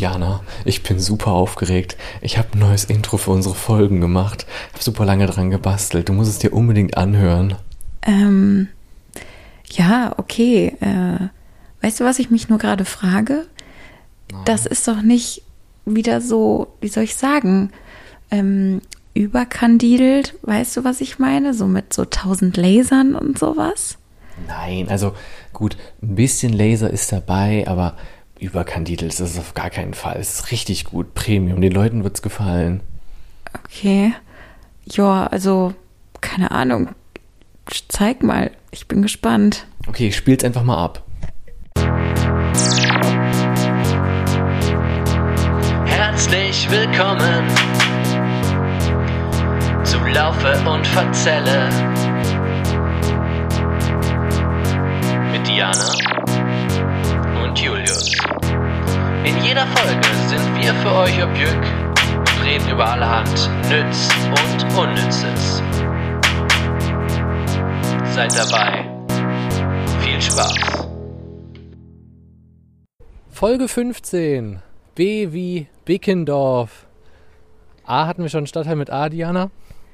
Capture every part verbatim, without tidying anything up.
Diana, ich bin super aufgeregt. Ich habe ein neues Intro für unsere Folgen gemacht. Ich habe super lange dran gebastelt. Du musst es dir unbedingt anhören. Ähm, ja, okay. Äh, weißt du, was ich mich nur gerade frage? Nein. Das ist doch nicht wieder so, wie soll ich sagen, ähm, überkandidelt. Weißt du, was ich meine? So mit so tausend Lasern und sowas? Nein, also gut, ein bisschen Laser ist dabei, aber überkandidelt ist es auf gar keinen Fall. Es ist richtig gut, Premium. Den Leuten wird's gefallen. Okay. Ja, also, keine Ahnung. Zeig mal. Ich bin gespannt. Okay, ich spiel's einfach mal ab. Herzlich willkommen zu Laufe und Verzelle mit Diana und Julius. In jeder Folge sind wir für euch ob Jück und reden über allerhand Nütz und Unnützes. Seid dabei. Viel Spaß. Folge fünfzehn. B wie Bickendorf. A hatten wir schon einen Stadtteil mit A, Diana?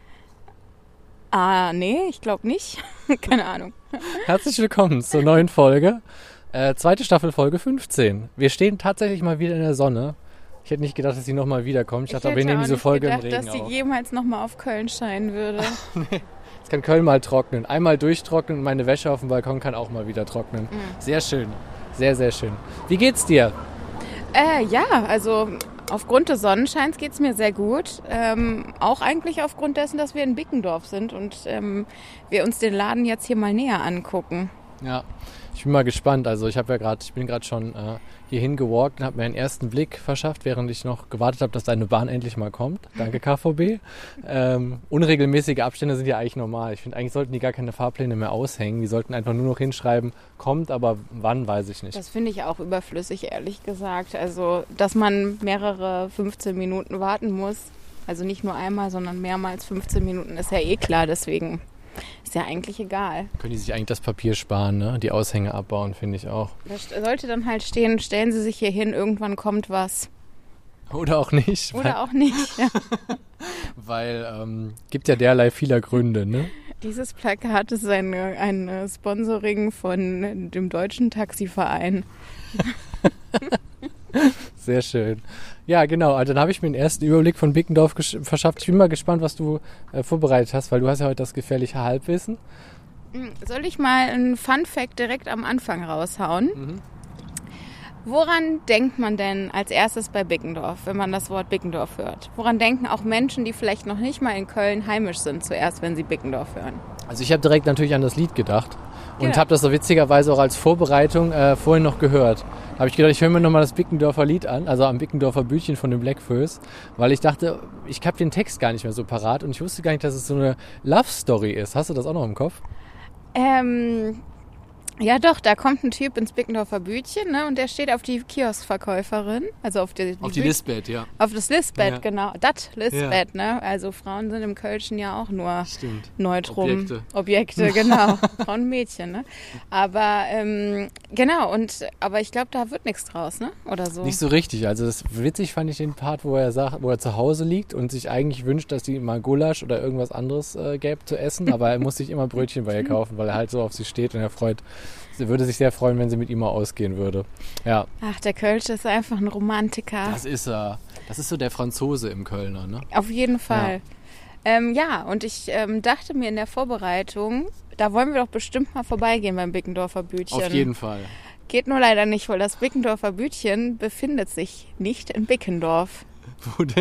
Ah, nee, ich glaube nicht. Keine Ahnung. Herzlich willkommen zur neuen Folge. Äh, zweite Staffel, Folge fünfzehn. Wir stehen tatsächlich mal wieder in der Sonne. Ich hätte nicht gedacht, dass sie nochmal wiederkommt. Ich, ich dachte, wir nehmen diese Folge gedacht, im Regen dass sie auf. jemals nochmal auf Köln scheinen würde. Nee. Jetzt kann Köln mal trocknen. Einmal durchtrocknen und meine Wäsche auf dem Balkon kann auch mal wieder trocknen. Mhm. Sehr schön. Sehr, sehr schön. Wie geht's dir? Äh, ja, also aufgrund des Sonnenscheins geht es mir sehr gut. Ähm, auch eigentlich aufgrund dessen, dass wir in Bickendorf sind und ähm, wir uns den Laden jetzt hier mal näher angucken. Ja, ich bin mal gespannt. Also ich habe ja gerade, ich bin gerade schon äh, hierhin gewalkt und habe mir einen ersten Blick verschafft, während ich noch gewartet habe, dass deine Bahn endlich mal kommt. Danke K V B. Ähm, unregelmäßige Abstände sind ja eigentlich normal. Ich finde, eigentlich sollten die gar keine Fahrpläne mehr aushängen. Die sollten einfach nur noch hinschreiben, kommt, aber wann, weiß ich nicht. Das finde ich auch überflüssig, ehrlich gesagt. Also, dass man mehrere fünfzehn Minuten warten muss, also nicht nur einmal, sondern mehrmals fünfzehn Minuten, ist ja eh klar, deswegen ist ja eigentlich egal. Können die sich eigentlich das Papier sparen, ne? Die Aushänge abbauen, finde ich auch. Da sollte dann halt stehen, stellen Sie sich hier hin, irgendwann kommt was. Oder auch nicht. Oder weil, auch nicht, ja. Weil, ähm, gibt ja derlei vieler Gründe, ne? Dieses Plakat ist ein, ein Sponsoring von dem Deutschen Taxiverein. Sehr schön. Ja, genau. Also dann habe ich mir den ersten Überblick von Bickendorf gesch- verschafft. Ich bin mal gespannt, was du äh, vorbereitet hast, weil du hast ja heute das gefährliche Halbwissen. Soll ich mal einen Fun-Fact direkt am Anfang raushauen? Mhm. Woran denkt man denn als erstes bei Bickendorf, wenn man das Wort Bickendorf hört? Woran denken auch Menschen, die vielleicht noch nicht mal in Köln heimisch sind, zuerst, wenn sie Bickendorf hören? Also ich habe direkt natürlich an das Lied gedacht und genau. habe das so witzigerweise auch als Vorbereitung äh, vorhin noch gehört. Da habe ich gedacht, ich höre mir nochmal das Bickendorfer Lied an, also am Bickendorfer Bütchen von den Blackfoes, weil ich dachte, ich habe den Text gar nicht mehr so parat und ich wusste gar nicht, dass es so eine Love-Story ist. Hast du das auch noch im Kopf? Ähm... Ja doch, da kommt ein Typ ins Bickendorfer Bütchen, ne, und der steht auf die Kioskverkäuferin, also auf die, die auf die Lisbeth, ja. Auf das Lisbeth, ja. Genau, das Lisbeth, ja. Ne, also Frauen sind im Kölschen ja auch nur Stimmt. Neutrum. Objekte. Objekte, genau, Frauen und Mädchen, ne, aber ähm, genau, und aber ich glaube, da wird nichts draus, ne, oder so. Nicht so richtig, also das witzig fand ich den Part, wo er sagt, wo er zu Hause liegt und sich eigentlich wünscht, dass sie mal Gulasch oder irgendwas anderes äh, gäbe zu essen, aber er muss sich immer Brötchen bei ihr kaufen, weil er halt so auf sie steht und er freut Sie würde sich sehr freuen, wenn sie mit ihm mal ausgehen würde. Ja. Ach, der Kölsche ist einfach ein Romantiker. Das ist er. Das ist so der Franzose im Kölner, ne? Auf jeden Fall. Ja, ähm, ja und ich ähm, dachte mir in der Vorbereitung, da wollen wir doch bestimmt mal vorbeigehen beim Bickendorfer Bütchen. Auf jeden Fall. Geht nur leider nicht, weil das Bickendorfer Bütchen befindet sich nicht in Bickendorf. Wo denn?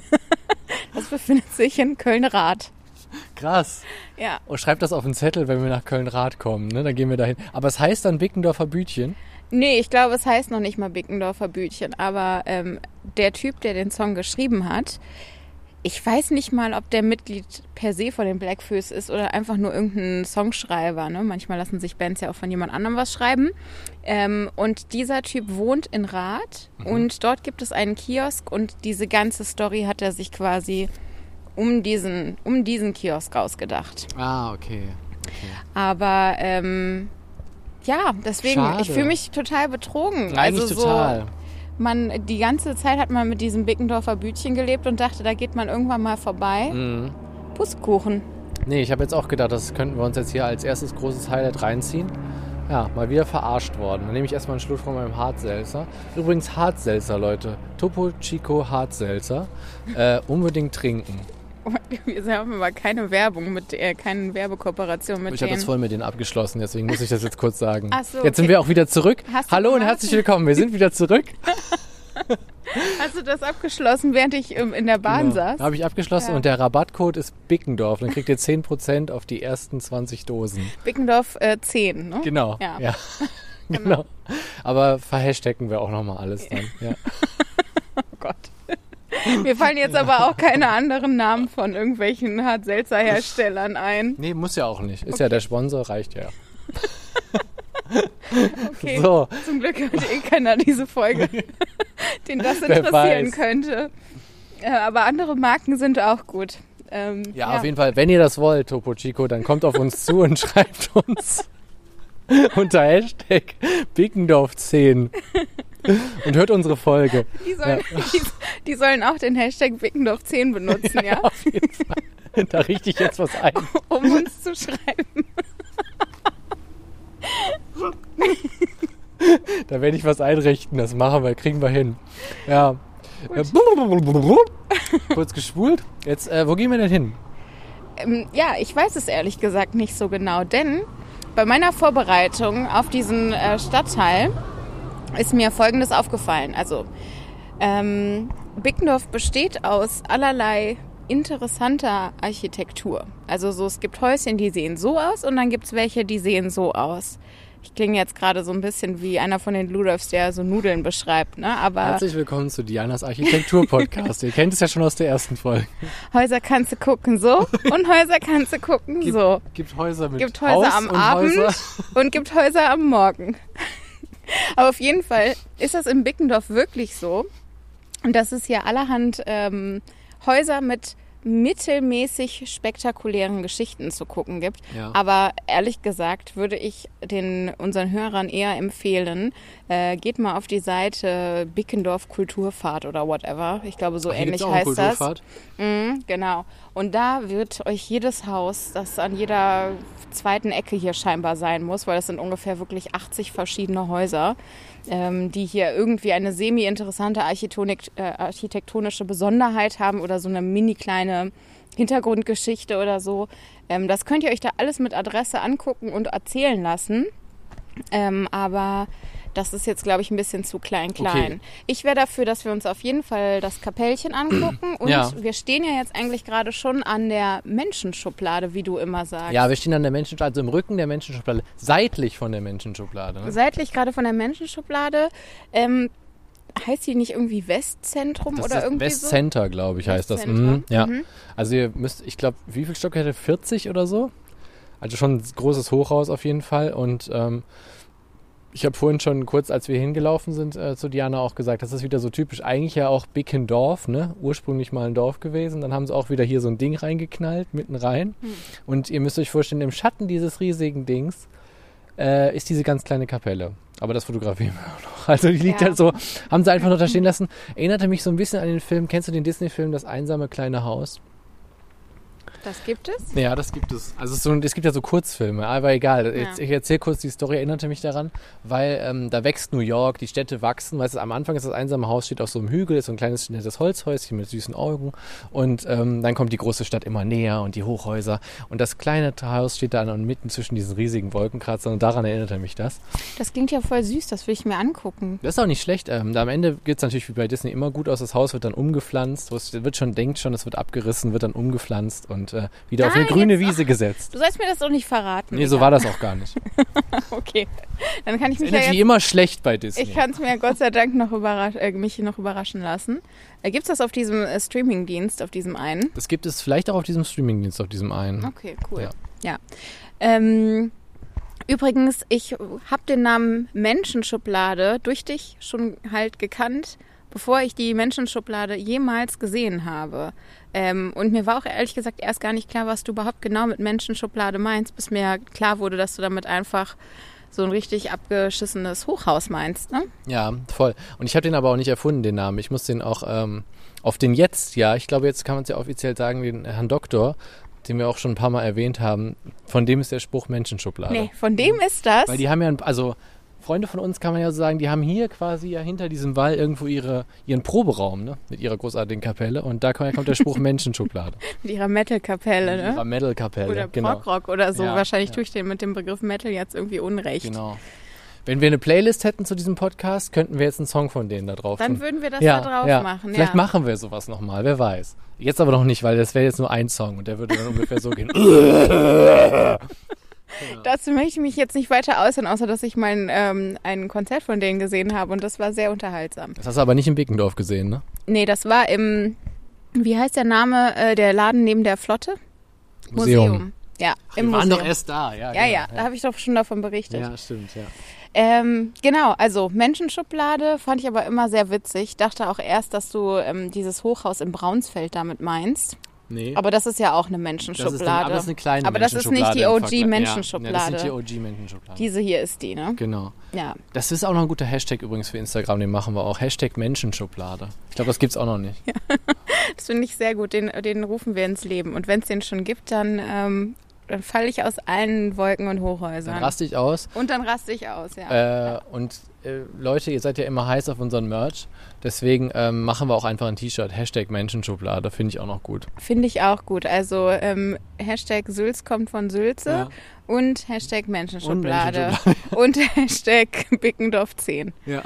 Das befindet sich in Köln-Rath. Krass. Ja. Und schreibt das auf den Zettel, wenn wir nach Köln-Rath kommen, ne? Dann gehen wir dahin. Aber es heißt dann Bickendorfer Bütchen? Nee, ich glaube, es heißt noch nicht mal Bickendorfer Bütchen. Aber ähm, der Typ, der den Song geschrieben hat, ich weiß nicht mal, ob der Mitglied per se von den Blackfoes ist oder einfach nur irgendein Songschreiber. Ne? Manchmal lassen sich Bands ja auch von jemand anderem was schreiben. Ähm, und dieser Typ wohnt in Rath mhm. und dort gibt es einen Kiosk und diese ganze Story hat er sich quasi um diesen, um diesen Kiosk ausgedacht. Ah, okay. okay. Aber ähm, ja, deswegen, Schade. Ich fühle mich total betrogen. Eigentlich also total. So, man die ganze Zeit hat man mit diesem Bickendorfer Bütchen gelebt und dachte, da geht man irgendwann mal vorbei. Mhm. Pustekuchen. Nee, ich habe jetzt auch gedacht, das könnten wir uns jetzt hier als erstes großes Highlight reinziehen. Ja, mal wieder verarscht worden. Dann nehme ich erstmal einen Schluck von meinem Hartselzer. Übrigens Hartselzer, Leute. Topo Chico Hartselzer. Äh, unbedingt trinken. Wir haben aber keine Werbung, mit äh, keine Werbekooperation mit Ich denen. habe das voll mit denen abgeschlossen, deswegen muss ich das jetzt kurz sagen. Ach so, jetzt sind okay. wir auch wieder zurück. Hast du Hallo und gemacht? herzlich willkommen. Wir sind wieder zurück. Hast du das abgeschlossen, während ich ähm, in der Bahn Genau. saß? Habe ich abgeschlossen Ja. und der Rabattcode ist Bickendorf. Dann kriegt ihr zehn Prozent auf die ersten zwanzig Dosen. Bickendorf äh, zehn, ne? Genau. Ja. Ja. Genau. Aber verhashtaggen wir auch nochmal alles dann. Ja. Oh Gott. Mir fallen jetzt aber auch keine anderen Namen von irgendwelchen Hart-Seltzer-Herstellern ein. Nee, muss ja auch nicht. Ist ja der Sponsor, reicht ja. Okay, So. zum Glück hört eh keiner diese Folge, den das Wer interessieren weiß. könnte. Äh, aber andere Marken sind auch gut. Ähm, Ja, auf jeden Fall, wenn ihr das wollt, Topo Chico, dann kommt auf uns zu und schreibt uns unter Hashtag Bickendorf zehn und hört unsere Folge. Die sollen, die, die sollen auch den Hashtag Bickendorf zehn benutzen, ja? Auf jeden Fall. Da richte ich jetzt was ein. Um uns zu schreiben. Da werde ich was einrichten, das machen wir, kriegen wir hin. Ja. Äh, Kurz gespult. Jetzt, äh, wo gehen wir denn hin? Ähm, ja, ich weiß es ehrlich gesagt nicht so genau, denn bei meiner Vorbereitung auf diesen äh, Stadtteil ist mir Folgendes aufgefallen. Also, ähm, Bickendorf besteht aus allerlei interessanter Architektur. Also so, es gibt Häuschen, die sehen so aus und dann gibt es welche, die sehen so aus. Ich klinge jetzt gerade so ein bisschen wie einer von den Ludolfs, der so Nudeln beschreibt, ne? Aber Herzlich willkommen zu Dianas Architektur-Podcast. Ihr kennt es ja schon aus der ersten Folge. Häuser kannst du gucken so und Häuser kannst du gucken Gibt, so. gibt Häuser mit Gibt Häuser Haus am und Abend Häuser. und gibt Häuser am Morgen. Aber auf jeden Fall ist das in Bickendorf wirklich so, dass es hier allerhand ähm, Häuser mit mittelmäßig spektakulären Geschichten zu gucken gibt. Ja. Aber ehrlich gesagt würde ich den unseren Hörern eher empfehlen, äh, geht mal auf die Seite Bickendorf Kulturfahrt oder whatever. Ich glaube, so Ach, hier ähnlich gibt's auch eine heißt das. Kulturfahrt? Mhm, genau. Und da wird euch jedes Haus, das an jeder zweiten Ecke hier scheinbar sein muss, weil das sind ungefähr wirklich achtzig verschiedene Häuser, ähm, die hier irgendwie eine semi-interessante Architektonik, äh, architektonische Besonderheit haben oder so eine mini kleine Hintergrundgeschichte oder so. Ähm, das könnt ihr euch da alles mit Adresse angucken und erzählen lassen. Ähm, aber das ist jetzt, glaube ich, ein bisschen zu klein-klein. Okay. Ich wäre dafür, dass wir uns auf jeden Fall das Kapellchen angucken. Und Ja. wir stehen ja jetzt eigentlich gerade schon an der Menschenschublade, wie du immer sagst. Ja, wir stehen an der Menschenschublade, also im Rücken der Menschenschublade, seitlich von der Menschenschublade. Ne? Seitlich gerade von der Menschenschublade. Ähm, heißt die nicht irgendwie Westzentrum Das oder ist irgendwie West so? Center, glaube ich, heißt das. Westzentrum. Mhm, ja. Mhm. Also ihr müsst, ich glaube, wie viel Stock hätte? vierzig oder so? Also schon ein großes Hochhaus auf jeden Fall. Und ähm, ich habe vorhin schon kurz, als wir hingelaufen sind, äh, zu Diana auch gesagt, das ist wieder so typisch, eigentlich ja auch Bickendorf, ne? Ursprünglich mal ein Dorf gewesen. Dann haben sie auch wieder hier so ein Ding reingeknallt, mitten rein. Mhm. Und ihr müsst euch vorstellen, im Schatten dieses riesigen Dings äh, ist diese ganz kleine Kapelle. Aber das fotografieren wir auch noch. Also die liegt Ja. halt so, haben sie einfach noch da stehen lassen. Erinnerte mich so ein bisschen an den Film, kennst du den Disney-Film Das einsame kleine Haus? Das gibt es? Ja, das gibt es. Also es, ist so, es gibt ja so Kurzfilme, aber egal. Jetzt, Ja. ich erzähle kurz die Story, erinnerte mich daran, weil ähm, da wächst New York, die Städte wachsen. Weißt du, am Anfang ist das einsame Haus, steht auf so einem Hügel, ist so ein kleines nettes Holzhäuschen mit süßen Augen. Und ähm, dann kommt die große Stadt immer näher und die Hochhäuser. Und das kleine Haus steht dann mitten zwischen diesen riesigen Wolkenkratzern und daran erinnerte mich das. Das klingt ja voll süß, das will ich mir angucken. Das ist auch nicht schlecht. Ähm, da am Ende geht es natürlich wie bei Disney immer gut aus. Das Haus wird dann umgepflanzt. Es wird schon, denkt schon, es wird abgerissen, wird dann umgepflanzt und äh, wieder auf Ah, eine grüne jetzt- Wiese gesetzt. Du sollst mir das doch nicht verraten. Nee, so war das auch gar nicht. Okay, dann kann ich Es mich ja endet wie jetzt, immer schlecht bei Disney. ich kann es mir Gott sei Dank noch überrasch, äh, mich noch überraschen lassen. Äh, Gibt es das auf diesem äh, Streamingdienst, auf diesem einen? Das gibt es vielleicht auch auf diesem Streamingdienst, auf diesem einen. Okay, cool. Ja. Ja. Ähm, übrigens, ich habe den Namen Menschenschublade durch dich schon halt gekannt, bevor ich die Menschenschublade jemals gesehen habe. Ähm, und mir war auch ehrlich gesagt erst gar nicht klar, was du überhaupt genau mit Menschenschublade meinst, bis mir klar wurde, dass du damit einfach so ein richtig abgeschissenes Hochhaus meinst, ne? Ja, voll. Und ich habe den aber auch nicht erfunden, den Namen. Ich muss den auch ähm, auf den jetzt, ja, ich glaube, jetzt kann man es ja offiziell sagen, den Herrn Doktor, den wir auch schon ein paar Mal erwähnt haben, von dem ist der Spruch Menschenschublade. Nee, von dem ist das. Weil die haben ja, also Freunde von uns kann man ja so sagen, die haben hier quasi ja hinter diesem Wall irgendwo ihre, ihren Proberaum, ne? Mit ihrer großartigen Kapelle. Und da kommt der Spruch Menschenschublade. Mit ihrer Metal-Kapelle, ne? Mit ihrer Metal-Kapelle, oder genau. Prog-Rock oder so. Ja, Wahrscheinlich ja. tue ich den mit dem Begriff Metal jetzt irgendwie unrecht. Genau. Wenn wir eine Playlist hätten zu diesem Podcast, könnten wir jetzt einen Song von denen da drauf Dann tun. würden wir das ja, da drauf ja. machen, Vielleicht ja. machen wir sowas nochmal, wer weiß. Jetzt aber noch nicht, weil das wäre jetzt nur ein Song und der würde dann ungefähr so gehen. Dazu möchte ich mich jetzt nicht weiter äußern, außer dass ich mal ähm, ein Konzert von denen gesehen habe und das war sehr unterhaltsam. Das hast du aber nicht in Bickendorf gesehen, ne? Nee, das war im, wie heißt der Name, äh, der Laden neben der Flotte? Museum. Ja, Ach, im wir waren Museum. doch erst da, ja. Ja, genau, ja, da habe ich doch schon davon berichtet. Ja, stimmt, ja. Ähm, genau, also Menschenschublade fand ich aber immer sehr witzig. Ich dachte auch erst, dass du ähm, dieses Hochhaus in Braunsfeld damit meinst. Nee. Aber das ist ja auch eine das Menschenschublade. ist dann, aber das ist eine kleine Aber das ist nicht die Menschenschublade O im Vergleich. G-Menschenschublade. Ja, ja, das ist nicht die O G-Menschenschublade. Diese hier ist die, ne? Genau. Ja. Das ist auch noch ein guter Hashtag übrigens für Instagram, den machen wir auch. Hashtag Menschenschublade. Ich glaube, das gibt's auch noch nicht. Das finde ich sehr gut, den, den rufen wir ins Leben. Und wenn es den schon gibt, dann, ähm, dann falle ich aus allen Wolken und Hochhäusern. Dann raste ich aus. Und dann raste ich aus, ja. Äh, und äh, Leute, ihr seid ja immer heiß auf unseren Merch. Deswegen ähm, machen wir auch einfach ein T-Shirt. Hashtag Menschenschublade. Finde ich auch noch gut. Finde ich auch gut. Also ähm, Hashtag Sülz kommt von Sülze Ja. und Hashtag Menschenschublade Und und, Hashtag Bickendorf zehn. Ja.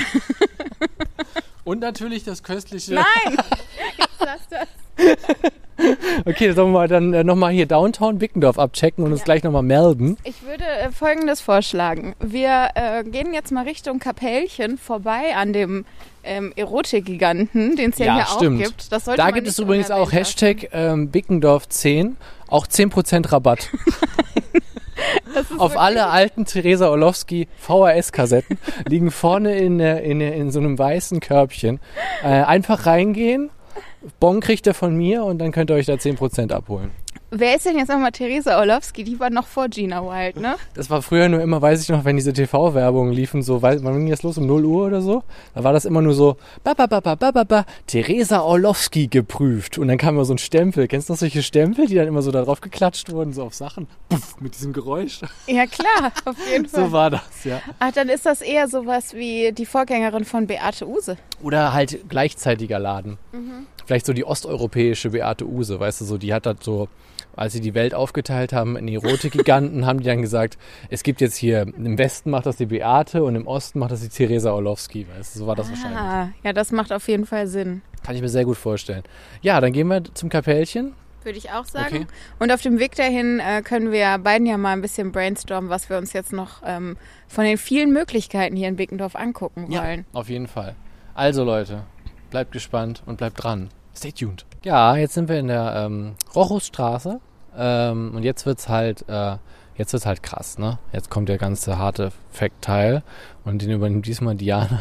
Und natürlich das köstliche... Nein! Jetzt lass das. Okay, sollen wir mal dann äh, nochmal hier Downtown Bickendorf abchecken und uns Ja. gleich nochmal melden. Ich würde äh, Folgendes vorschlagen. Wir äh, gehen jetzt mal Richtung Kapellchen vorbei an dem ähm, Erotikgiganten, den es ja, Ja, hier stimmt. auch gibt. Das sollte Da man gibt nicht es übrigens auch unerwähnt lassen. Hashtag ähm, Bickendorf zehn, auch zehn Prozent Rabatt. Das ist Auf wirklich- alle alten Theresa Orlowski V H S-Kassetten liegen vorne in, der- in, der- in so einem weißen Körbchen. Äh, einfach reingehen, Bon kriegt ihr von mir und dann könnt ihr euch da zehn Prozent abholen. Wer ist denn jetzt nochmal Theresa Orlowski? Die war noch vor Gina Wild, ne? Das war früher nur immer, weiß ich noch, wenn diese T V-Werbungen liefen, so, weil, wann ging das los? Um null Uhr oder so? Da war das immer nur so, ba, ba, ba, ba, ba, ba, ba, Theresa Orlowski geprüft. Und dann kam immer so ein Stempel. Kennst du noch solche Stempel, die dann immer so da drauf geklatscht wurden, so auf Sachen? Puff, mit diesem Geräusch. Ja klar, auf jeden Fall. So war das, ja. Ach, dann ist das eher sowas wie die Vorgängerin von Beate Uhse. Oder halt gleichzeitiger Laden. Vielleicht so die osteuropäische Beate Uhse, weißt du, so, die hat das so, als sie die Welt aufgeteilt haben in Erotikgiganten, haben die dann gesagt, es gibt jetzt hier, im Westen macht das die Beate und im Osten macht das die Theresa Orlowski, weißt du, so war das wahrscheinlich. Ah, ja, das macht auf jeden Fall Sinn. Kann ich mir sehr gut vorstellen. Ja, dann gehen wir zum Kapellchen. Würde ich auch sagen. Okay. Und auf dem Weg dahin äh, können wir beiden ja mal ein bisschen brainstormen, was wir uns jetzt noch ähm, von den vielen Möglichkeiten hier in Bickendorf angucken wollen. Auf jeden Fall. Also Leute, bleibt gespannt und bleibt dran. Stay tuned. Ja, jetzt sind wir in der ähm, Rochusstraße ähm, und jetzt wird's halt, äh, jetzt wird's halt krass, ne? Jetzt kommt der ganze harte Fact-Teil und den übernimmt diesmal Diana.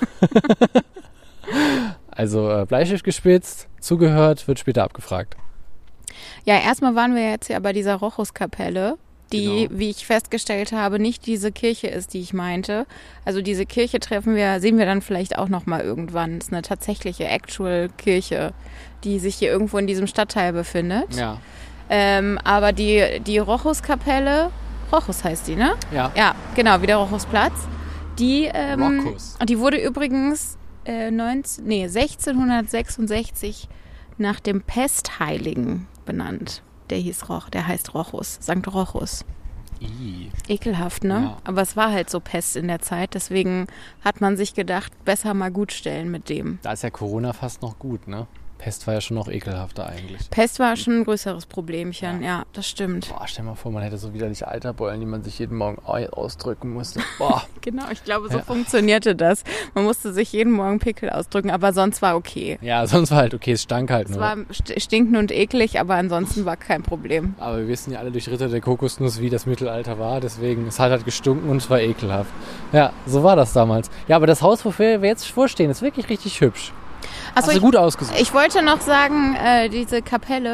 Also äh, Bleistift gespitzt, zugehört, wird später abgefragt. Ja, erstmal waren wir jetzt ja bei dieser Rochuskapelle, die, Genau. wie ich festgestellt habe, nicht diese Kirche ist, die ich meinte. Also diese Kirche treffen wir, sehen wir dann vielleicht auch noch mal irgendwann. Das ist eine tatsächliche actual Kirche, die sich hier irgendwo in diesem Stadtteil befindet. Ja. Ähm, aber die, die Rochuskapelle, Rochus heißt die, ne? Ja. Ja, genau, wie der Rochusplatz. Die, ähm, Rochus. die wurde übrigens äh, neunzehn, nee, sechzehnhundertsechsundsechzig nach dem Pestheiligen benannt. Der hieß Roch, der heißt Rochus, Sankt Rochus. I. Ekelhaft, ne? Ja. Aber es war halt so Pest in der Zeit, deswegen hat man sich gedacht, besser mal gut stellen mit dem. Da ist ja Corona fast noch gut, ne? Pest war ja schon noch ekelhafter eigentlich. Pest war schon ein größeres Problemchen, ja, das stimmt. Boah, stell mal vor, man hätte so widerliche Alterbeulen, die man sich jeden Morgen au- ausdrücken musste. Boah. Genau, ich glaube, so Ja. funktionierte das. Man musste sich jeden Morgen Pickel ausdrücken, aber sonst war okay. Ja, sonst war halt okay, es stank halt Es nur. war st- stinkend und eklig, aber ansonsten war kein Problem. Aber wir wissen ja alle durch Ritter der Kokosnuss, wie das Mittelalter war. Deswegen, es hat halt gestunken und es war ekelhaft. Ja, so war das damals. Ja, aber das Haus, wofür wir jetzt vorstehen, ist wirklich richtig hübsch. Achso, Hast du ich, gut ausgesucht. ich wollte noch sagen, äh, diese Kapelle,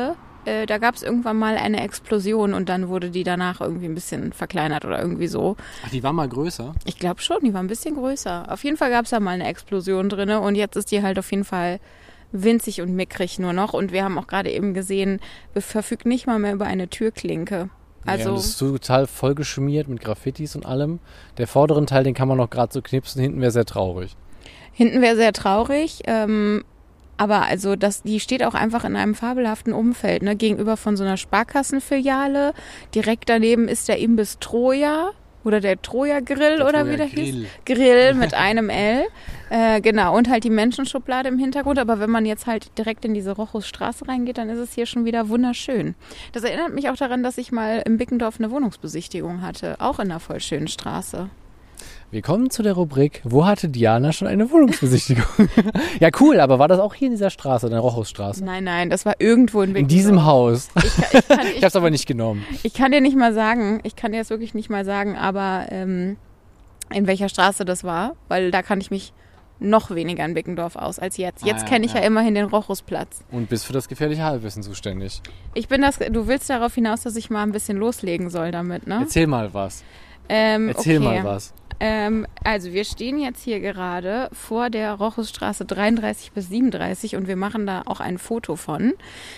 äh, da gab es irgendwann mal eine Explosion und dann wurde die danach irgendwie ein bisschen verkleinert oder irgendwie so. Ach, die war mal größer? Ich glaube schon, die war ein bisschen größer. Auf jeden Fall gab es da mal eine Explosion drin und jetzt ist die halt auf jeden Fall winzig und mickrig nur noch. Und wir haben auch gerade eben gesehen, wir verfügt nicht mal mehr über eine Türklinke. Also, ja, das ist total vollgeschmiert mit Graffitis und allem. Der vorderen Teil, den kann man noch gerade so knipsen, hinten wäre sehr traurig. Hinten wäre sehr traurig, ähm, aber also das, die steht auch einfach in einem fabelhaften Umfeld, ne? Gegenüber von so einer Sparkassenfiliale. Direkt daneben ist der Imbiss Troja oder der Troja Grill Der oder Troja wie der Grill. hieß. Grill mit einem L. Äh, genau, und halt die Menschenschublade im Hintergrund. Aber wenn man jetzt halt direkt in diese Rochusstraße reingeht, dann ist es hier schon wieder wunderschön. Das erinnert mich auch daran, dass ich mal im Bickendorf eine Wohnungsbesichtigung hatte, auch in einer voll schönen Straße. Wir kommen zu der Rubrik, wo hatte Diana schon eine Wohnungsbesichtigung? Ja, cool, aber war das auch hier in dieser Straße, in der Rochusstraße? Nein, nein, das war irgendwo in Bickendorf. In diesem Haus. Ich, kann, ich, kann, Ich habe es aber nicht genommen. Ich kann dir nicht mal sagen, ich kann dir das wirklich nicht mal sagen, aber ähm, in welcher Straße das war, weil da kann ich mich noch weniger in Bickendorf aus als jetzt. Jetzt Ah, ja, kenne ich ja. ja immerhin den Rochusplatz. Und bist für das gefährliche Halbwissen zuständig. Ich bin das, du willst darauf hinaus, dass ich mal ein bisschen loslegen soll damit, ne? Erzähl mal was. Ähm, Erzähl okay. mal was. Ähm, also wir stehen jetzt hier gerade vor der Rochusstraße dreiunddreißig bis siebenunddreißig und wir machen da auch ein Foto von.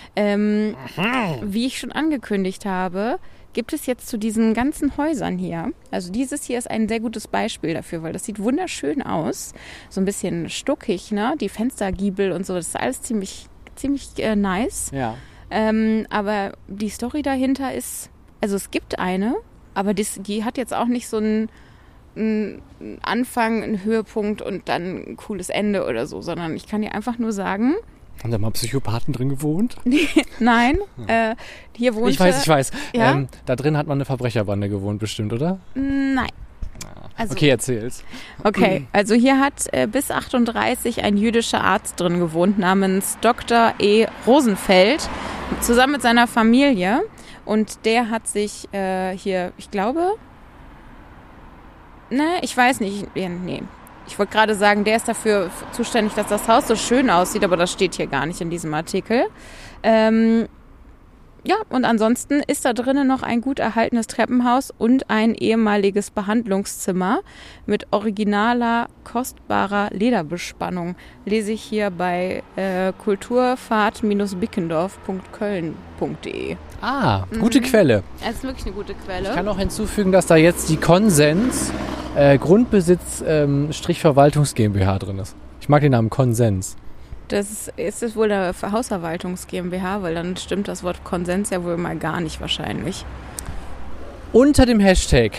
Ähm, wie ich schon angekündigt habe, gibt es jetzt zu diesen ganzen Häusern hier, also dieses hier ist ein sehr gutes Beispiel dafür, weil das sieht wunderschön aus, so ein bisschen stuckig, ne? Die Fenstergiebel und so, das ist alles ziemlich, ziemlich äh, nice. Ja. Ähm, aber die Story dahinter ist, also es gibt eine, aber das, die hat jetzt auch nicht so einen, einen Anfang, einen Höhepunkt und dann ein cooles Ende oder so, sondern ich kann dir einfach nur sagen, Haben da mal Psychopathen drin gewohnt? nein, äh, hier wohnte... Ich weiß, ich weiß. Ja? Ähm, da drin hat man eine Verbrecherbande gewohnt bestimmt, oder? Nein. Also, Okay, erzähl's. Okay, also hier hat äh, bis achtunddreißig ein jüdischer Arzt drin gewohnt namens Doktor E. Rosenfeld, zusammen mit seiner Familie. Und der hat sich äh, hier, ich glaube, ne, ich weiß nicht, ja, nee. Ich wollte gerade sagen, der ist dafür zuständig, dass das Haus so schön aussieht, aber das steht hier gar nicht in diesem Artikel. Ähm, ja, und ansonsten ist da drinnen noch ein gut erhaltenes Treppenhaus und ein ehemaliges Behandlungszimmer mit originaler, kostbarer Lederbespannung. Lese ich hier bei äh, kulturfahrt Bickendorf Punkt köln Punkt de. Ah, gute Quelle. Das ist wirklich eine gute Quelle. Ich kann noch hinzufügen, dass da jetzt die Konsens äh, Grundbesitz ähm, Strich Verwaltungs GmbH drin ist. Ich mag den Namen Konsens. Das ist, ist es wohl der Hausverwaltungs GmbH, weil dann stimmt das Wort Konsens ja wohl mal gar nicht wahrscheinlich. Unter dem Hashtag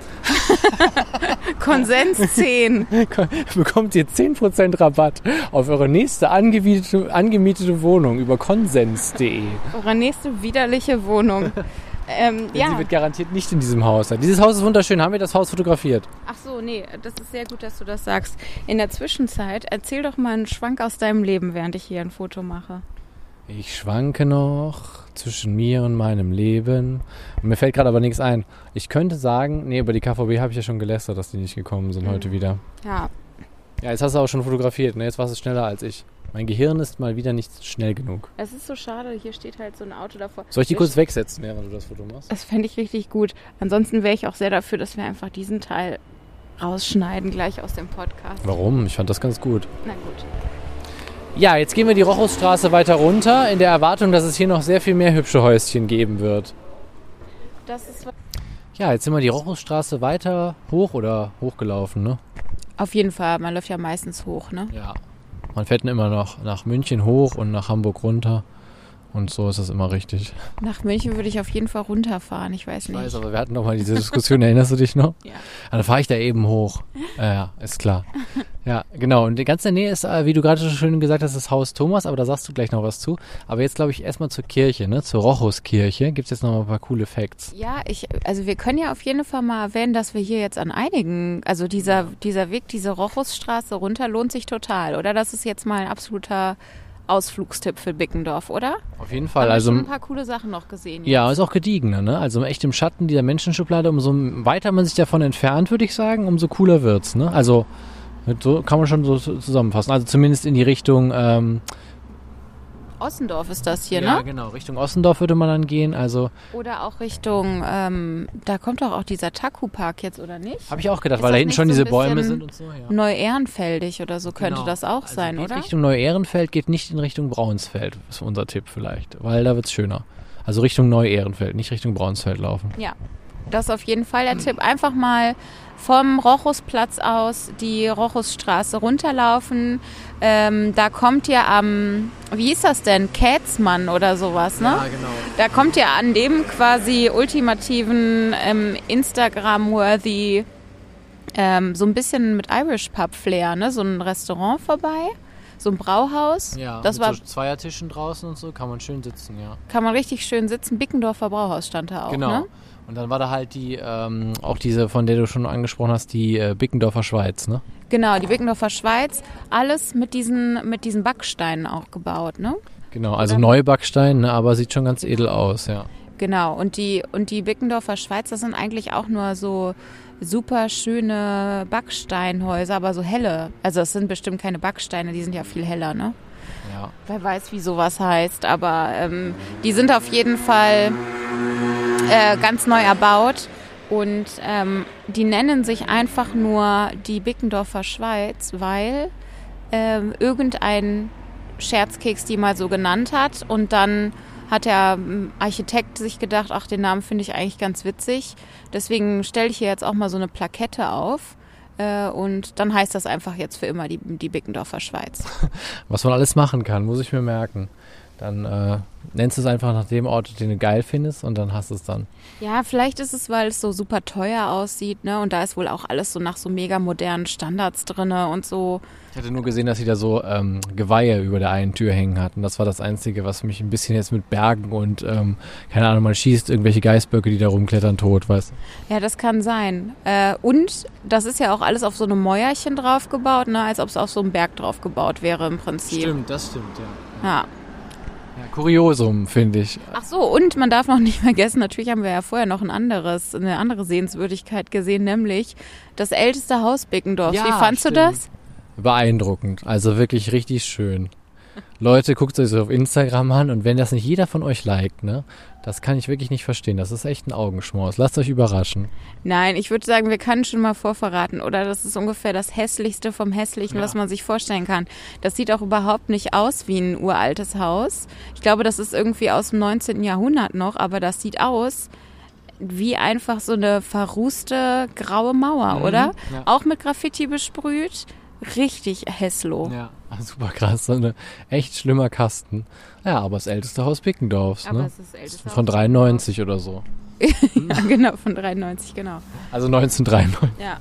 Konsens zehn. bekommt ihr zehn Prozent Rabatt auf eure nächste angemietete, angemietete Wohnung über konsens punkt de. Eure nächste widerliche Wohnung. Ähm, Denn ja. sie wird garantiert nicht in diesem Haus sein. Dieses Haus ist wunderschön. Haben wir das Haus fotografiert? Ach so, nee, das ist sehr gut, dass du das sagst. In der Zwischenzeit, erzähl doch mal einen Schwank aus deinem Leben, während ich hier ein Foto mache. Ich schwanke noch zwischen mir und meinem Leben. Und mir fällt gerade aber nichts ein. Ich könnte sagen, nee, über die K V B habe ich ja schon gelästert, dass die nicht gekommen sind mhm. heute wieder. Ja. Ja, jetzt hast du auch schon fotografiert, ne? Jetzt warst du schneller als ich. Mein Gehirn ist mal wieder nicht schnell genug. Es ist so schade, hier steht halt so ein Auto davor. Soll ich die kurz wegsetzen, während du das Foto machst? Das fände ich richtig gut. Ansonsten wäre ich auch sehr dafür, dass wir einfach diesen Teil rausschneiden, gleich aus dem Podcast. Warum? Ich fand das ganz gut. Na gut. Ja, jetzt gehen wir die Rochusstraße weiter runter, in der Erwartung, dass es hier noch sehr viel mehr hübsche Häuschen geben wird. Das ist Ja, jetzt sind wir die Rochusstraße weiter hoch oder hochgelaufen, ne? auf jeden Fall, man läuft ja meistens hoch, ne? Ja. Man fährt immer noch nach München hoch und nach Hamburg runter. Und so ist das immer richtig. Nach München würde ich auf jeden Fall runterfahren, ich weiß Ich nicht. weiß, aber wir hatten doch mal diese Diskussion, erinnerst du dich noch? Ja. Dann fahre ich da eben hoch. Ja, ja, ist klar. Ja, genau. Und ganz in der Nähe ist, wie du gerade schon schön gesagt hast, das Haus Thomas, aber da sagst du gleich noch was zu. Aber jetzt glaube ich erstmal zur Kirche, ne? Zur Rochuskirche. Gibt es jetzt noch mal ein paar coole Facts. Ja, ich, also wir können ja auf jeden Fall mal erwähnen, dass wir hier jetzt an einigen, also dieser, dieser Weg, diese Rochusstraße runter lohnt sich total, oder? Das ist jetzt mal ein absoluter Ausflugstipp für Bickendorf, oder? Auf jeden Fall. Haben wir Also schon ein paar coole Sachen noch gesehen. ja, jetzt. ist auch gediegener, ne? Also echt im Schatten dieser Menschenschublade, umso weiter man sich davon entfernt, würde ich sagen, umso cooler wird's, ne? Also so kann man schon so zusammenfassen. Also zumindest in die Richtung ähm, Ossendorf ist das hier, ja, ne? genau. Richtung Ossendorf würde man dann gehen. Also Oder auch Richtung, ähm, da kommt doch auch dieser Taku-Park jetzt, oder nicht? habe ich auch gedacht, Ist weil da das hinten nicht schon so ein diese Bäume bisschen sind und so. Ja. Neu-Ehrenfeldig oder so könnte Genau. das auch Also sein, geht oder? Richtung Neu-Ehrenfeld, geht nicht in Richtung Braunsfeld, ist unser Tipp vielleicht, weil da wird's schöner. Also Richtung Neu-Ehrenfeld, nicht Richtung Braunsfeld laufen. Ja, das ist auf jeden Fall der Tipp. Einfach mal vom Rochusplatz aus die Rochusstraße runterlaufen. Ähm, da kommt ihr am, wie hieß das denn, Kätzmann oder sowas, ne? Ja, genau. Da kommt ihr an dem quasi ultimativen ähm, Instagram-worthy, ähm, so ein bisschen mit Irish Pub Flair, ne? So ein Restaurant vorbei, so ein Brauhaus. Ja, das mit war, so Zweiertischen draußen und so kann man schön sitzen, ja. kann man richtig schön sitzen. Bickendorfer Brauhaus stand da auch, Genau. ne? Und dann war da halt die, ähm, auch diese, von der du schon angesprochen hast, die äh, Bickendorfer Schweiz, ne? Genau, die Bickendorfer Schweiz, alles mit diesen, mit diesen Backsteinen auch gebaut, ne? Genau, also Neubackstein, ne, aber sieht schon ganz edel aus, ja. Genau, und die, und die Bickendorfer Schweiz, das sind eigentlich auch nur so super schöne Backsteinhäuser, aber so helle. Also das sind bestimmt keine Backsteine, die sind ja viel heller, ne? Ja. Wer weiß, wie sowas heißt, aber ähm, die sind auf jeden Fall äh, ganz neu erbaut und ähm, die nennen sich einfach nur die Bickendorfer Schweiz, weil ähm, irgendein Scherzkeks die mal so genannt hat und dann hat der Architekt sich gedacht, ach, den Namen finde ich eigentlich ganz witzig, deswegen stelle ich hier jetzt auch mal so eine Plakette auf. Äh, und dann heißt das einfach jetzt für immer die, die Bickendorfer Schweiz. Was man alles machen kann, muss ich mir merken. Dann äh, nennst du es einfach nach dem Ort, den du geil findest und dann hast du es dann. Ja, vielleicht ist es, weil es so super teuer aussieht, ne? Und da ist wohl auch alles so nach so mega modernen Standards drinne und so. Ich hatte nur gesehen, dass sie da so ähm, Geweihe über der einen Tür hängen hatten. Das war das Einzige, was mich ein bisschen jetzt mit Bergen und, ähm, keine Ahnung, man schießt irgendwelche Geißböcke, die da rumklettern, tot, weißt du? Ja, das kann sein. Äh, und das ist ja auch alles auf so einem Mäuerchen drauf gebaut, ne? Als ob es auf so einem Berg drauf gebaut wäre im Prinzip. Stimmt, das stimmt, ja. Ja. Ja, Kuriosum, finde ich. Ach so, und man darf noch nicht vergessen, natürlich haben wir ja vorher noch ein anderes, eine andere Sehenswürdigkeit gesehen, nämlich das älteste Haus Bickendorfs. Ja, Wie fandst stimmt. du das? Beeindruckend, also wirklich richtig schön. Leute, guckt euch das auf Instagram an und wenn das nicht jeder von euch liked, ne, das kann ich wirklich nicht verstehen. Das ist echt ein Augenschmaus. Lasst euch überraschen. Nein, ich würde sagen, wir können schon mal vorverraten, oder? Das ist ungefähr das Hässlichste vom Hässlichen, Ja. was man sich vorstellen kann. Das sieht auch überhaupt nicht aus wie ein uraltes Haus. Ich glaube, das ist irgendwie aus dem neunzehnten Jahrhundert noch, aber das sieht aus wie einfach so eine verrußte graue Mauer, Mhm, oder? ja. Auch mit Graffiti besprüht. Richtig hässlo. Ja, super krass. So ein echt schlimmer Kasten. Ja, aber das älteste Haus Bickendorfs, Aber ne? es ist das älteste Von Haus dreiundneunzig oder so. ja, genau, von dreiundneunzig, genau. Also neunzehnhundertdreiundneunzig. Ja.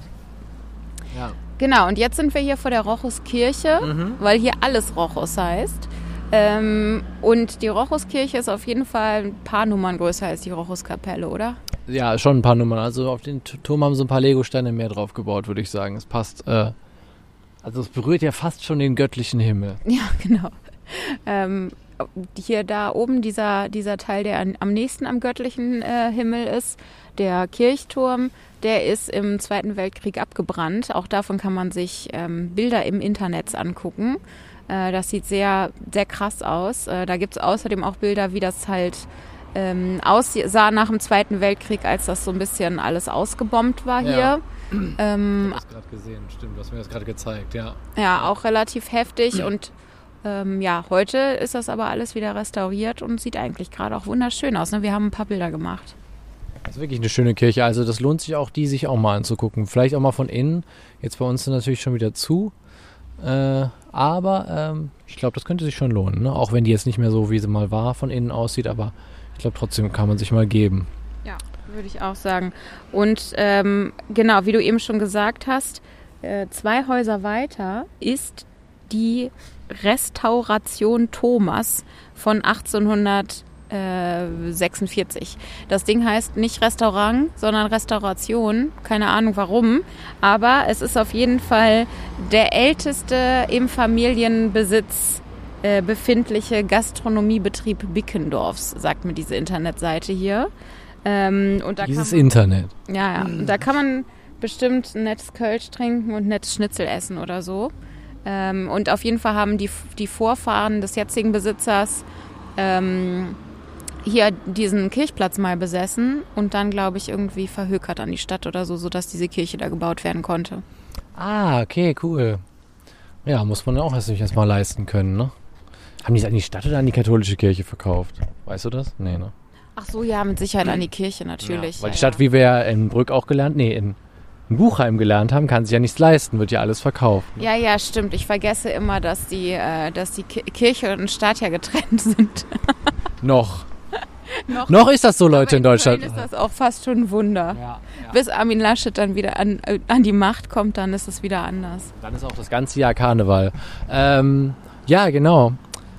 Ja. Genau, und jetzt sind wir hier vor der Rochuskirche, Mhm. weil hier alles Rochus heißt. Ähm, und die Rochuskirche ist auf jeden Fall ein paar Nummern größer als die Rochuskapelle, oder? Ja, schon ein paar Nummern. Also auf den T- Turm haben so ein paar Legosteine mehr drauf gebaut, würde ich sagen. Es passt, äh, also es berührt ja fast schon den göttlichen Himmel. Ja, genau. Ähm, hier da oben dieser, dieser Teil, der an, am nächsten am göttlichen äh, Himmel ist, der Kirchturm, der ist im Zweiten Weltkrieg abgebrannt. Auch davon kann man sich ähm, Bilder im Internet angucken. Äh, das sieht sehr, sehr krass aus. Äh, da gibt es außerdem auch Bilder, wie das halt ähm, aussah nach dem Zweiten Weltkrieg, als das so ein bisschen alles ausgebombt war hier. Ja. Ähm, Ich habe das gerade gesehen, stimmt, du hast mir das gerade gezeigt, ja. ja, auch relativ heftig und ähm, ja, heute ist das aber alles wieder restauriert und sieht eigentlich gerade auch wunderschön aus. Ne? Wir haben ein paar Bilder gemacht. Das ist wirklich eine schöne Kirche, also das lohnt sich auch, die sich auch mal anzugucken. Vielleicht auch mal von innen, jetzt bei uns natürlich schon wieder zu, äh, aber ähm, ich glaube, das könnte sich schon lohnen, ne? Auch wenn die jetzt nicht mehr so, wie sie mal war, von innen aussieht, aber ich glaube, trotzdem kann man sich mal geben. Ja, würde ich auch sagen. Und ähm, genau, wie du eben schon gesagt hast, äh, zwei Häuser weiter ist die Restauration Thomas von achtzehnhundertsechsundvierzig. Das Ding heißt nicht Restaurant, sondern Restauration. Keine Ahnung warum, aber es ist auf jeden Fall der älteste im Familienbesitz äh, befindliche Gastronomiebetrieb Bickendorfs, sagt mir diese Internetseite hier. Ähm, und da Dieses kann man, Internet. Ja, ja. Und da kann man bestimmt ein nettes Kölsch trinken und ein nettes Schnitzel essen oder so. Ähm, und auf jeden Fall haben die, die Vorfahren des jetzigen Besitzers ähm, hier diesen Kirchplatz mal besessen und dann, glaube ich, irgendwie verhökert an die Stadt oder so, sodass diese Kirche da gebaut werden konnte. Ah, okay, cool. Ja, muss man auch sich erst mal leisten können, ne? Haben die es an die Stadt oder an die katholische Kirche verkauft? Weißt du das? Nee, ne? Ach so, ja, mit Sicherheit an die Kirche natürlich. Ja, weil die ja, Stadt, ja. wie wir ja in Brück auch gelernt, nee, in, in Buchheim gelernt haben, kann sich ja nichts leisten, wird ja alles verkauft. Ne? Ja, ja, stimmt. Ich vergesse immer, dass die, äh, dass die Ki- Kirche und Staat ja getrennt sind. Noch. Noch, Noch ist das so, Leute, aber in Deutschland. Köln ist das auch fast schon ein Wunder. Ja, ja. Bis Armin Laschet dann wieder an, äh, an die Macht kommt, dann ist es wieder anders. Dann ist auch das ganze Jahr Karneval. Ähm, ja, genau.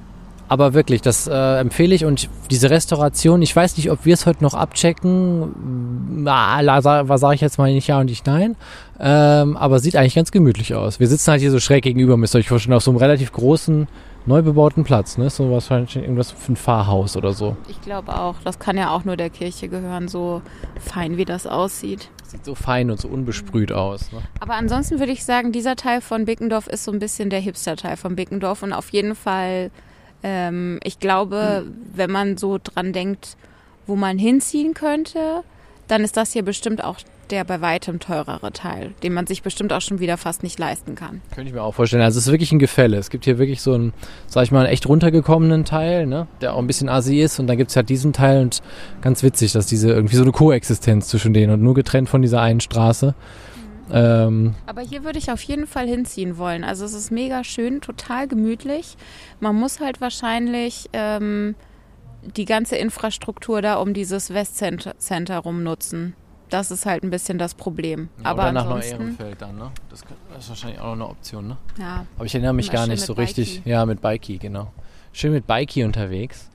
Aber wirklich, das äh, empfehle ich. Und diese Restauration, ich weiß nicht, ob wir es heute noch abchecken. Na, sage sag ich jetzt mal nicht ja und nicht nein. Ähm, aber sieht eigentlich ganz gemütlich aus. Wir sitzen halt hier so schräg gegenüber, müsst ihr euch vorstellen, auf so einem relativ großen, neu bebauten Platz. Ne? So wahrscheinlich irgendwas für ein Pfarrhaus oder so. Ich glaube auch. Das kann ja auch nur der Kirche gehören, so fein wie das aussieht. Sieht so fein und so unbesprüht aus. Ne? Aber ansonsten würde ich sagen, dieser Teil von Bickendorf ist so ein bisschen der Hipster-Teil von Bickendorf. Und auf jeden Fall, ähm, ich glaube, hm. wenn man so dran denkt, wo man hinziehen könnte, dann ist das hier bestimmt auch der bei weitem teurere Teil, den man sich bestimmt auch schon wieder fast nicht leisten kann. Könnte ich mir auch vorstellen. Also es ist wirklich ein Gefälle. Es gibt hier wirklich so einen, sag ich mal, einen echt runtergekommenen Teil, ne, der auch ein bisschen assi ist. Und dann gibt es halt diesen Teil und ganz witzig, dass diese irgendwie so eine Koexistenz zwischen denen und nur getrennt von dieser einen Straße. Mhm. Ähm, Aber hier würde ich auf jeden Fall hinziehen wollen. Also es ist mega schön, total gemütlich. Man muss halt wahrscheinlich ähm, die ganze Infrastruktur da um dieses Westcenter rum nutzen. Das ist halt ein bisschen das Problem. Ja, aber oder nach ansonsten, Neu-Ehrenfeld dann, ne? Das ist wahrscheinlich auch noch eine Option, ne? Ja. Aber ich erinnere mich Immer gar schön nicht mit so Bikey. richtig. Ja, mit Bikey, genau. Schön mit Bikey unterwegs.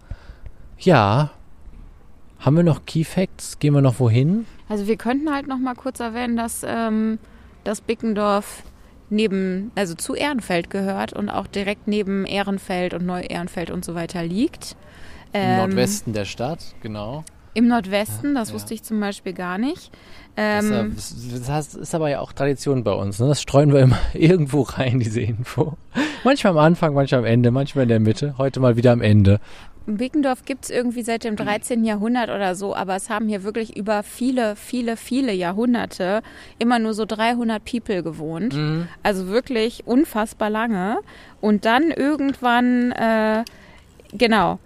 Ja. Haben wir noch Key Facts? Gehen wir noch wohin? Also wir könnten halt noch mal kurz erwähnen, dass ähm, das Bickendorf neben, also zu Ehrenfeld gehört und auch direkt neben Ehrenfeld und Neu-Ehrenfeld und so weiter liegt. Im Ähm, Nordwesten der Stadt, genau. Im Nordwesten, das Ja. wusste ich zum Beispiel gar nicht. Das, äh, Ähm, das, das heißt, ist aber ja auch Tradition bei uns. Ne? Das streuen wir immer irgendwo rein, diese Info. Manchmal am Anfang, manchmal am Ende, manchmal in der Mitte. Heute mal wieder am Ende. Bickendorf gibt es irgendwie seit dem dreizehnten Jahrhundert oder so, aber es haben hier wirklich über viele, viele, viele Jahrhunderte immer nur so dreihundert People gewohnt. Mhm. Also wirklich unfassbar lange. Und dann irgendwann, äh, genau,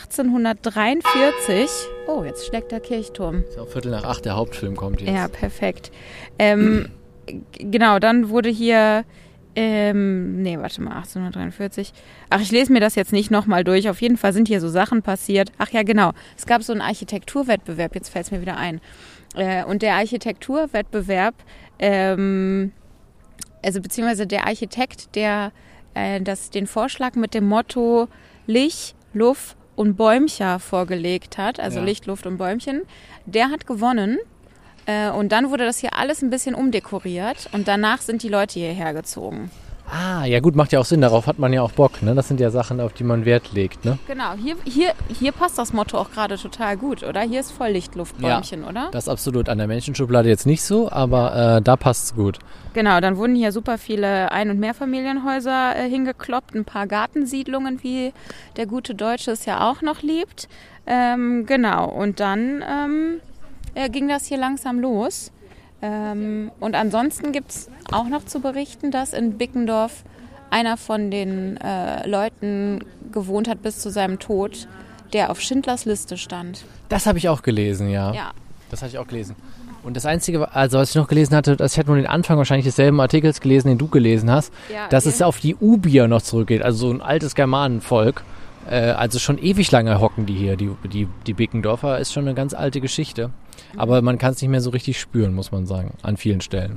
achtzehnhundertdreiundvierzig, oh, jetzt schlägt der Kirchturm. Ist auch Viertel nach acht, der Hauptfilm kommt jetzt. Ja, perfekt. Ähm, g- genau, dann wurde hier, ähm, nee, warte mal, achtzehnhundertdreiundvierzig. Ach, ich lese mir das jetzt nicht nochmal durch. Auf jeden Fall sind hier so Sachen passiert. Ach ja, genau. Es gab so einen Architekturwettbewerb, jetzt fällt es mir wieder ein. Äh, und der Architekturwettbewerb, ähm, also beziehungsweise der Architekt, der äh, das, den Vorschlag mit dem Motto Licht, Luft und Bäumchen vorgelegt hat, also Ja. Licht, Luft und Bäumchen, der hat gewonnen. Äh, und dann wurde das hier alles ein bisschen umdekoriert und danach sind die Leute hierher gezogen. Ah, ja gut, macht ja auch Sinn. Darauf hat man ja auch Bock. Ne? Das sind ja Sachen, auf die man Wert legt. Ne? Genau, hier, hier, hier passt das Motto auch gerade total gut, oder? Hier ist voll Licht, Luft, Bäumchen, Ja, oder? das absolut. An der Menschenschublade jetzt nicht so, aber äh, da passt es gut. Genau, dann wurden hier super viele Ein- und Mehrfamilienhäuser äh, hingekloppt, ein paar Gartensiedlungen, wie der gute Deutsche es ja auch noch liebt. Ähm, genau, und dann ähm, äh, ging das hier langsam los. Ähm, und ansonsten gibt es auch noch zu berichten, dass in Bickendorf einer von den äh, Leuten gewohnt hat bis zu seinem Tod, der auf Schindlers Liste stand. Das habe ich auch gelesen, ja. Ja. Das hatte ich auch gelesen. Und das Einzige, also was ich noch gelesen hatte, das ich hatte nur den Anfang wahrscheinlich desselben Artikels gelesen, den du gelesen hast, Ja, dass okay. es auf die Ubier noch zurückgeht, also so ein altes Germanenvolk. Äh, also schon ewig lange hocken die hier, die, die, die Bickendorfer, ist schon eine ganz alte Geschichte. Aber man kann es nicht mehr so richtig spüren, muss man sagen, an vielen Stellen.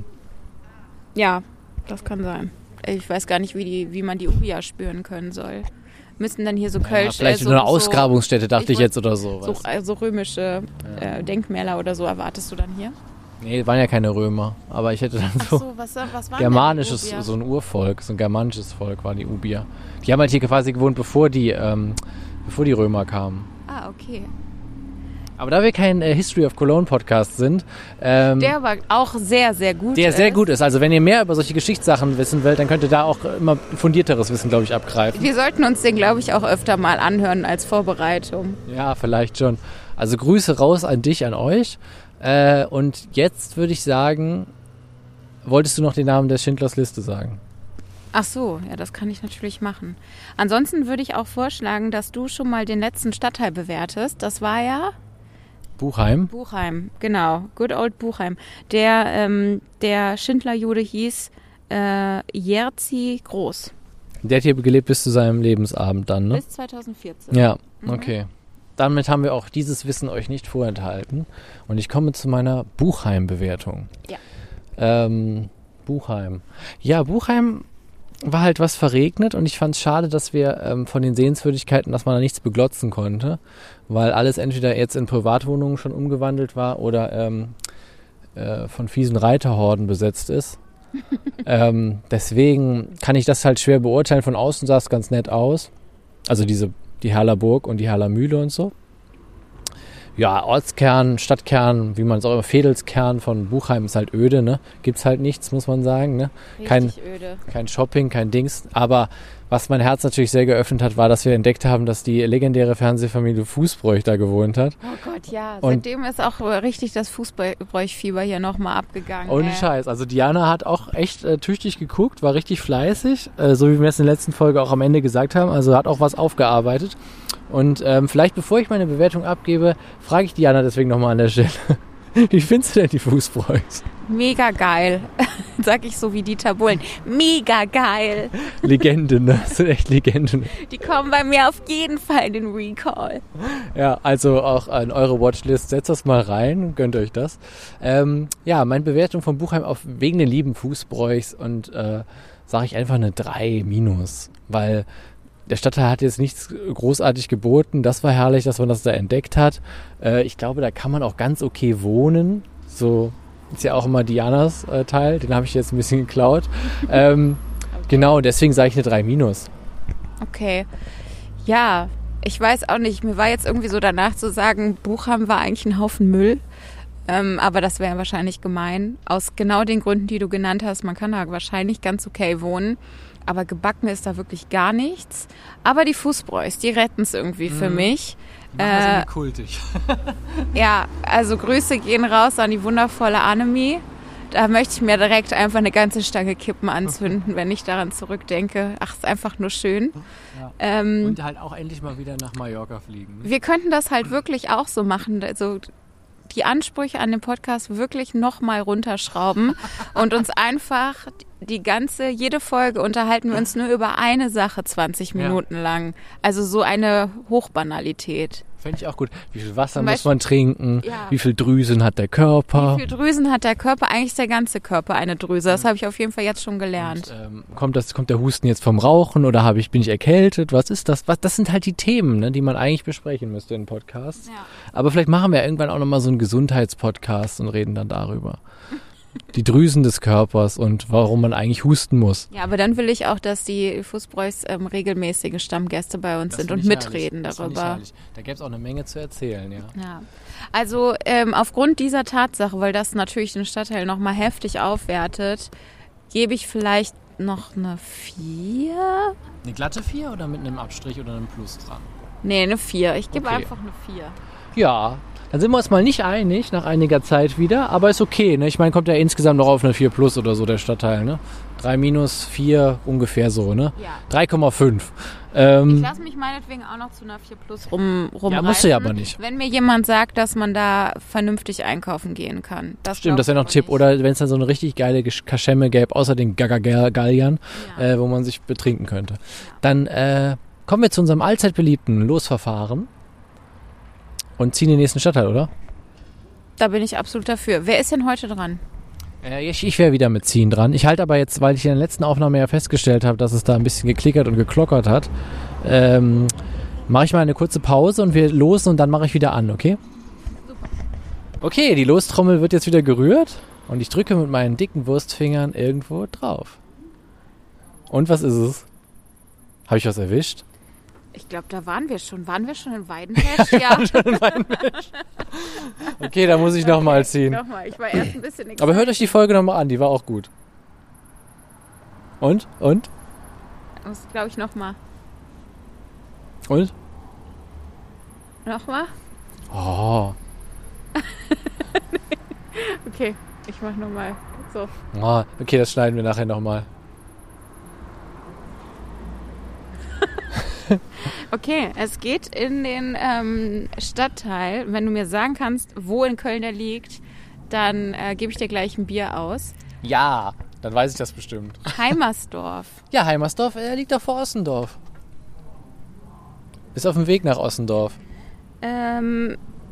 Ja, das kann sein. Ich weiß gar nicht, wie, die, wie man die Ubia spüren können soll. Müssten dann hier so Kölsch... Ja, vielleicht äh, so, nur eine so- Ausgrabungsstätte, dachte ich, ich wollt- jetzt oder so. So, weißt. äh, so römische äh, Denkmäler oder so erwartest du dann hier? Nee, waren ja keine Römer, aber ich hätte dann Ach so, so, was, was war germanisches, denn die Ubia? so ein Urvolk, so ein germanisches Volk war die Ubier. Die haben halt hier quasi gewohnt, bevor die, ähm, bevor die Römer kamen. Ah, okay. Aber da wir kein äh, History of Cologne Podcast sind, ähm, der aber auch sehr, sehr gut der ist. sehr gut ist. Also wenn ihr mehr über solche Geschichtssachen wissen wollt, dann könnt ihr da auch immer fundierteres Wissen, glaube ich, abgreifen. Wir sollten uns den, glaube ich, auch öfter mal anhören als Vorbereitung. Ja, vielleicht schon. Also Grüße raus an dich, an euch. Äh, und jetzt würde ich sagen, wolltest du noch den Namen der Schindlers Liste sagen? Ach so, ja, das kann ich natürlich machen. Ansonsten würde ich auch vorschlagen, dass du schon mal den letzten Stadtteil bewertest. Das war ja... Buchheim. Buchheim, genau. Good old Buchheim. Der, ähm, der Schindlerjude hieß äh, Jerzy Groß. Der hat hier gelebt bis zu seinem Lebensabend dann, ne? Bis zweitausendvierzehn. Ja, Mhm. okay. Damit haben wir auch dieses Wissen euch nicht vorenthalten. Und ich komme zu meiner Buchheim-Bewertung. Ja. Ähm, Buchheim. Ja, Buchheim war halt was verregnet und ich fand es schade, dass wir ähm, von den Sehenswürdigkeiten, dass man da nichts beglotzen konnte, weil alles entweder jetzt in Privatwohnungen schon umgewandelt war oder ähm, äh, von fiesen Reiterhorden besetzt ist. ähm, deswegen kann ich das halt schwer beurteilen. Von außen sah es ganz nett aus. Also diese, die Herler Burg und die Herler Mühle und so. Ja, Ortskern, Stadtkern, wie man es auch immer, Vedelskern von Buchheim ist halt öde, ne? Gibt's halt nichts, muss man sagen, ne? Kein, Richtig öde. kein Shopping, kein Dings. Aber was mein Herz natürlich sehr geöffnet hat, war, dass wir entdeckt haben, dass die legendäre Fernsehfamilie Fußbräuch da gewohnt hat. Oh Gott, ja. Und Seitdem ist auch richtig das Fußbräuchfieber hier nochmal abgegangen. ohne ey. Scheiß. Also Diana hat auch echt äh, tüchtig geguckt, war richtig fleißig, äh, so wie wir es in der letzten Folge auch am Ende gesagt haben. Also hat auch was aufgearbeitet. Und ähm, vielleicht bevor ich meine Bewertung abgebe, frage ich Diana deswegen nochmal an der Stelle. Wie findest du denn die Fußbräuchs? Mega geil. Sag ich so wie Dieter Bohlen. Mega geil. Legenden, ne? Das sind echt Legenden. Die kommen bei mir auf jeden Fall in den Recall. Ja, also auch an eure Watchlist. Setzt das mal rein, gönnt euch das. Ähm, ja, meine Bewertung von Buchheim auf wegen den lieben Fußbräuchs und äh, sage ich einfach eine drei minus, weil der Stadtteil hat jetzt nichts großartig geboten. Das war herrlich, dass man das da entdeckt hat. Äh, ich glaube, da kann man auch ganz okay wohnen. So ist ja auch immer Dianas äh, Teil. Den habe ich jetzt ein bisschen geklaut. Ähm, genau, deswegen sage ich eine drei minus. Okay. Ja, ich weiß auch nicht. Mir war jetzt irgendwie so danach zu sagen, Buchheim war eigentlich ein Haufen Müll. Ähm, aber das wäre wahrscheinlich gemein. Aus genau den Gründen, die du genannt hast. Man kann da wahrscheinlich ganz okay wohnen. Aber gebacken ist da wirklich gar nichts. Aber die Fußbräuchs, die retten es irgendwie für mich. Äh, kultig. Ja, also Grüße gehen raus an die wundervolle Annemie. Da möchte ich mir direkt einfach eine ganze Stange Kippen anzünden, wenn ich daran zurückdenke. Ach, ist einfach nur schön. Ja. Ähm, Und halt auch endlich mal wieder nach Mallorca fliegen. wir könnten das halt wirklich auch so machen. Also die Ansprüche an den Podcast wirklich nochmal runterschrauben und uns einfach die ganze, jede Folge unterhalten wir uns nur über eine Sache zwanzig Minuten Ja. lang. Also so eine Hochbanalität. Fände ich auch gut. Wie viel Wasser Zum muss Beispiel- man trinken? Ja. Wie viel Drüsen hat der Körper? Wie viele Drüsen hat der Körper? Eigentlich ist der ganze Körper eine Drüse. Das habe ich auf jeden Fall jetzt schon gelernt. Und, ähm, kommt, das, kommt der Husten jetzt vom Rauchen oder habe ich, bin ich erkältet? Was ist das? Was, das sind halt die Themen, ne, die man eigentlich besprechen müsste in Podcasts. Ja. Aber vielleicht machen wir irgendwann auch nochmal so einen Gesundheitspodcast und reden dann darüber. Die Drüsen des Körpers und warum man eigentlich husten muss. Ja, aber dann will ich auch, dass die Fußbräuchs ähm, regelmäßige Stammgäste bei uns sind und mitreden darüber. Da gäbe es auch eine Menge zu erzählen, ja. Ja, also ähm, aufgrund dieser Tatsache, weil das natürlich den Stadtteil nochmal heftig aufwertet, gebe ich vielleicht noch eine vier? Eine glatte vier oder mit einem Abstrich oder einem Plus dran? Nee, eine vier. Ich gebe Okay. einfach eine vier. Ja, dann sind wir uns mal nicht einig nach einiger Zeit wieder, aber ist okay, ne? Ich meine, kommt ja insgesamt noch auf eine vier plus oder so, der Stadtteil, ne? drei minus, vier ungefähr so, ne? Ja. drei Komma fünf. Ähm, Ich lasse mich meinetwegen auch noch zu einer vier plus rum, rumreißen. Ja, musst du ja aber nicht. Wenn mir jemand sagt, dass man da vernünftig einkaufen gehen kann. Das Stimmt, das wäre noch ein Tipp. Oder wenn es dann so eine richtig geile Gesch- Kaschemme gäbe, außer den Gagagalliern, Ja. äh, wo man sich betrinken könnte. Dann äh, kommen wir zu unserem allzeit beliebten Losverfahren und ziehen den nächsten Stadtteil, oder? Da bin ich absolut dafür. Wer ist denn heute dran? Äh, ich ich wäre wieder mit Ziehen dran. Ich halte aber jetzt, weil ich in der letzten Aufnahme ja festgestellt habe, dass es da ein bisschen geklickert und geklockert hat, ähm, mache ich mal eine kurze Pause und wir losen und dann mache ich wieder an, okay? Super. Okay, die Lostrommel wird jetzt wieder gerührt und ich drücke mit meinen dicken Wurstfingern irgendwo drauf. Und was ist es? Habe ich was erwischt? Ich glaube, da waren wir schon. Waren wir schon in Weidenfeld? Ja. Okay, da muss ich Okay, nochmal ziehen. Nochmal, ich war erst ein bisschen excited. Aber hört euch die Folge nochmal an, die war auch gut. Und? Und? Das glaube ich nochmal. Und? Nochmal? Oh. Okay, ich mach nochmal. So. oh. Okay, das schneiden wir nachher nochmal. Okay, es geht in den ähm, Stadtteil. Wenn du mir sagen kannst, wo in Köln der liegt, dann äh, gebe ich dir gleich ein Bier aus. Ja, dann weiß ich das bestimmt. Heimersdorf. Ja, Heimersdorf, er liegt doch vor Ossendorf. Ist auf dem Weg nach Ossendorf. Ähm,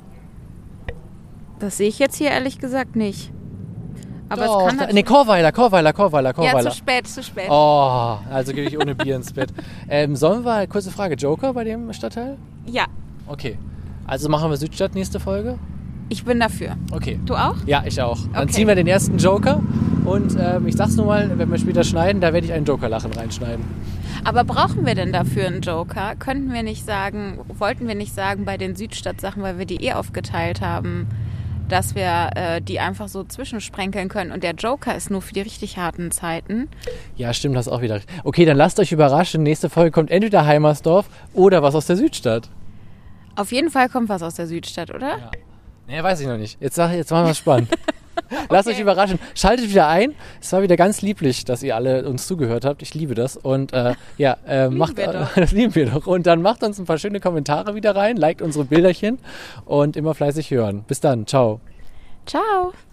das sehe ich jetzt hier ehrlich gesagt nicht. Aber Doch, es kann da, nee, Chorweiler, Chorweiler, Chorweiler, Chorweiler. Ja, zu spät, zu spät. Oh, also gehe ich ohne Bier ins Bett. Ähm, sollen wir, kurze Frage, Joker bei dem Stadtteil? Ja, Okay. Also machen wir Südstadt nächste Folge? ich bin dafür. Okay. Du auch? Ja, ich auch. Dann Okay. ziehen wir den ersten Joker und ähm, ich sag's nur mal, wenn wir später schneiden, da werde ich einen Joker-Lachen reinschneiden. Aber brauchen wir denn dafür einen Joker? Könnten wir nicht sagen, wollten wir nicht sagen bei den Südstadt-Sachen, weil wir die eh aufgeteilt haben, dass wir äh, die einfach so zwischensprenkeln können und der Joker ist nur für die richtig harten Zeiten. Ja, stimmt, das ist auch wieder. Okay, dann lasst euch überraschen. Nächste Folge kommt entweder Heimersdorf oder was aus der Südstadt. Auf jeden Fall kommt was aus der Südstadt, oder? Ja. Nee, weiß ich noch nicht. Jetzt, sag, jetzt machen wir es spannend. Lasst Okay. euch überraschen. Schaltet wieder ein. Es war wieder ganz lieblich, dass ihr alle uns zugehört habt. Ich liebe das. Und äh, ja, äh, macht wir doch. das lieben wir doch. Und dann macht uns ein paar schöne Kommentare wieder rein, liked unsere Bilderchen und immer fleißig hören. Bis dann. Ciao. Ciao!